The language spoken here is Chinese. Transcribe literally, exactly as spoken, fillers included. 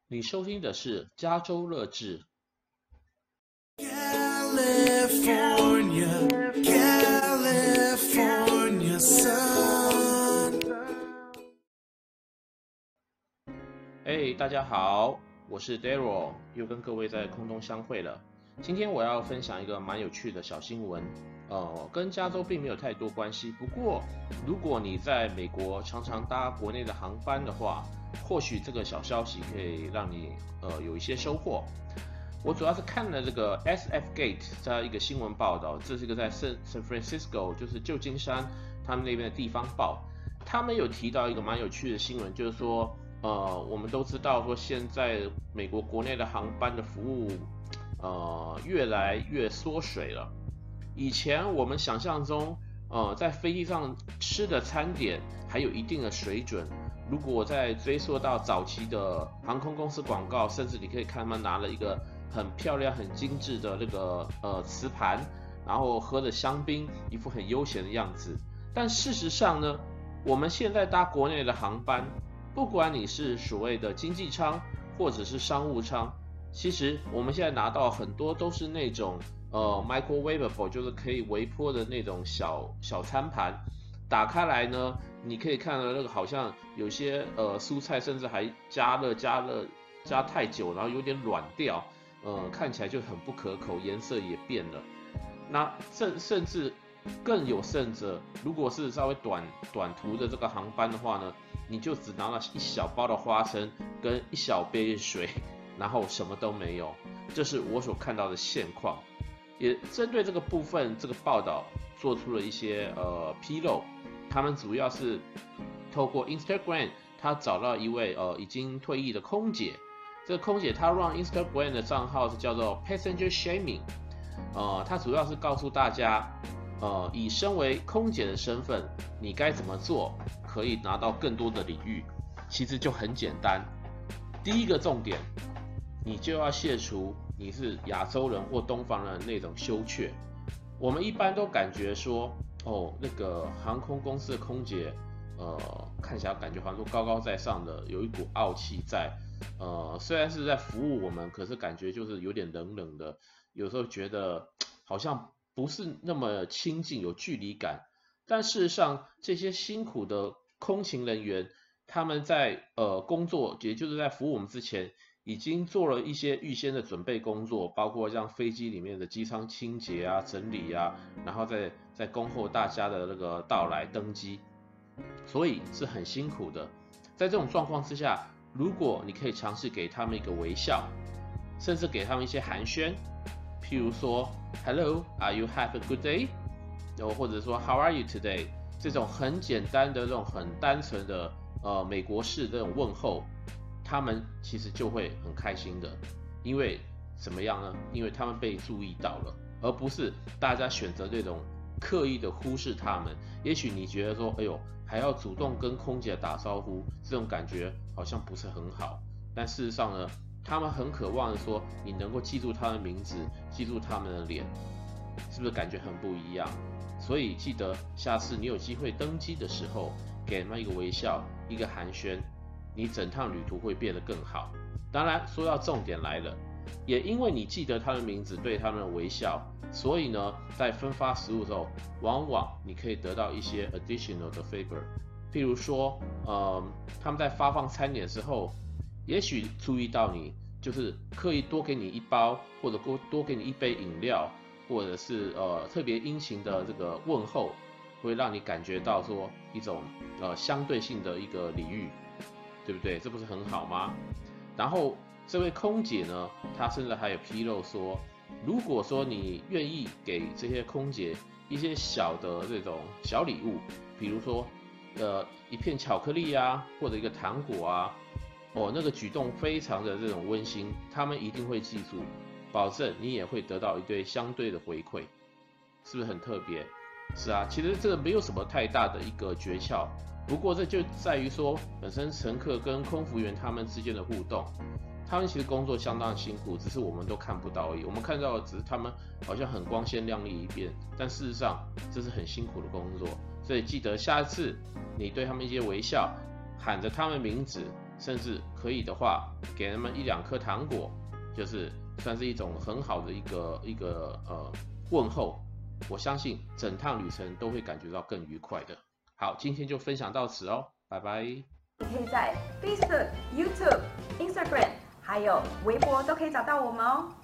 你收听的是加州乐志。 California, California sun。 哎，大家好，我是 Daryl， 又跟各位在空中相会了。今天我要分享一个蛮有趣的小新闻，呃，跟加州并没有太多关系。不过，如果你在美国常常搭国内的航班的话，或许这个小消息可以让你呃有一些收获。我主要是看了这个 S F Gate 这一个新闻报道，这是一个在 San Francisco， 就是旧金山他们那边的地方报，他们有提到一个蛮有趣的新闻，就是说，呃，我们都知道说现在美国国内的航班的服务，呃，越来越缩水了。以前我们想象中，呃，在飞机上吃的餐点还有一定的水准。如果再追溯到早期的航空公司广告，甚至你可以看他们拿了一个很漂亮、很精致的那个呃瓷盘，然后喝着香槟，一副很悠闲的样子。但事实上呢，我们现在搭国内的航班，不管你是所谓的经济舱或者是商务舱，其实我们现在拿到很多都是那种呃 microwavable， 就是可以微波的那种小小餐盘。打开来呢，你可以看到那个好像有些呃蔬菜甚至还加热加热加太久，然后有点软掉，呃看起来就很不可口，颜色也变了。那甚甚至更有甚者，如果是稍微短短途的这个航班的话呢，你就只拿了一小包的花生跟一小杯水，然后什么都没有。这是我所看到的现况。也针对这个部分，这个报道做出了一些呃披露。他们主要是透过 Instagram， 他找到一位呃已经退役的空姐。这个空姐她 run Instagram 的账号是叫做 Passenger Shaming， 呃，她主要是告诉大家，呃，以身为空姐的身份，你该怎么做可以拿到更多的礼遇。其实就很简单，第一个重点，你就要卸除你是亚洲人或东方人的那种羞怯。我们一般都感觉说，哦，那个航空公司的空姐，呃，看起来感觉好像都高高在上的，有一股傲气在。呃，虽然是在服务我们，可是感觉就是有点冷冷的，有时候觉得好像不是那么亲近，有距离感。但事实上，这些辛苦的空勤人员，他们在呃工作，也就是在服务我们之前，已经做了一些预先的准备工作，包括让飞机里面的机舱清洁啊、整理啊，然后再再恭候大家的那个到来登机，所以是很辛苦的。在这种状况之下，如果你可以尝试给他们一个微笑，甚至给他们一些寒暄，譬如说 Hello, are you have a good day？ 又或者说 How are you today？ 这种很简单的、这种很单纯的呃美国式这种问候，他们其实就会很开心的。因为怎么样呢？因为他们被注意到了，而不是大家选择这种刻意的忽视他们。也许你觉得说，哎呦，还要主动跟空姐打招呼，这种感觉好像不是很好。但事实上呢，他们很渴望的说，你能够记住他们的名字，记住他们的脸，是不是感觉很不一样？所以记得下次你有机会登机的时候，给他们一个微笑，一个寒暄，你整趟旅途会变得更好。当然，说到重点来了，也因为你记得他的名字，对他们的微笑，所以呢，在分发食物的时候，往往你可以得到一些 additional 的 favor。譬如说，呃，他们在发放餐点的时候，也许注意到你，就是刻意多给你一包，或者多多给你一杯饮料，或者是呃特别殷勤的这个问候，会让你感觉到说一种呃相对性的一个礼遇，对不对？这不是很好吗？然后这位空姐呢，她甚至还有披露说，如果说你愿意给这些空姐一些小的这种小礼物，比如说呃一片巧克力啊，或者一个糖果啊，哦，那个举动非常的这种温馨，他们一定会记住，保证你也会得到一堆相对的回馈，是不是很特别？是啊，其实这个没有什么太大的一个诀窍，不过这就在于说，本身乘客跟空服员他们之间的互动，他们其实工作相当辛苦，只是我们都看不到而已。我们看到的只是他们好像很光鲜亮丽一面，但事实上这是很辛苦的工作。所以记得下次你对他们一些微笑，喊着他们名字， 甚至可以的话，给他们一两颗糖果，就是算是一种很好的一个一个呃问候。我相信整趟旅程都会感觉到更愉快的。好，今天就分享到此哦，拜拜。 你可以在 Facebook、YouTube、Instagram 还有微博都可以找到我们哦。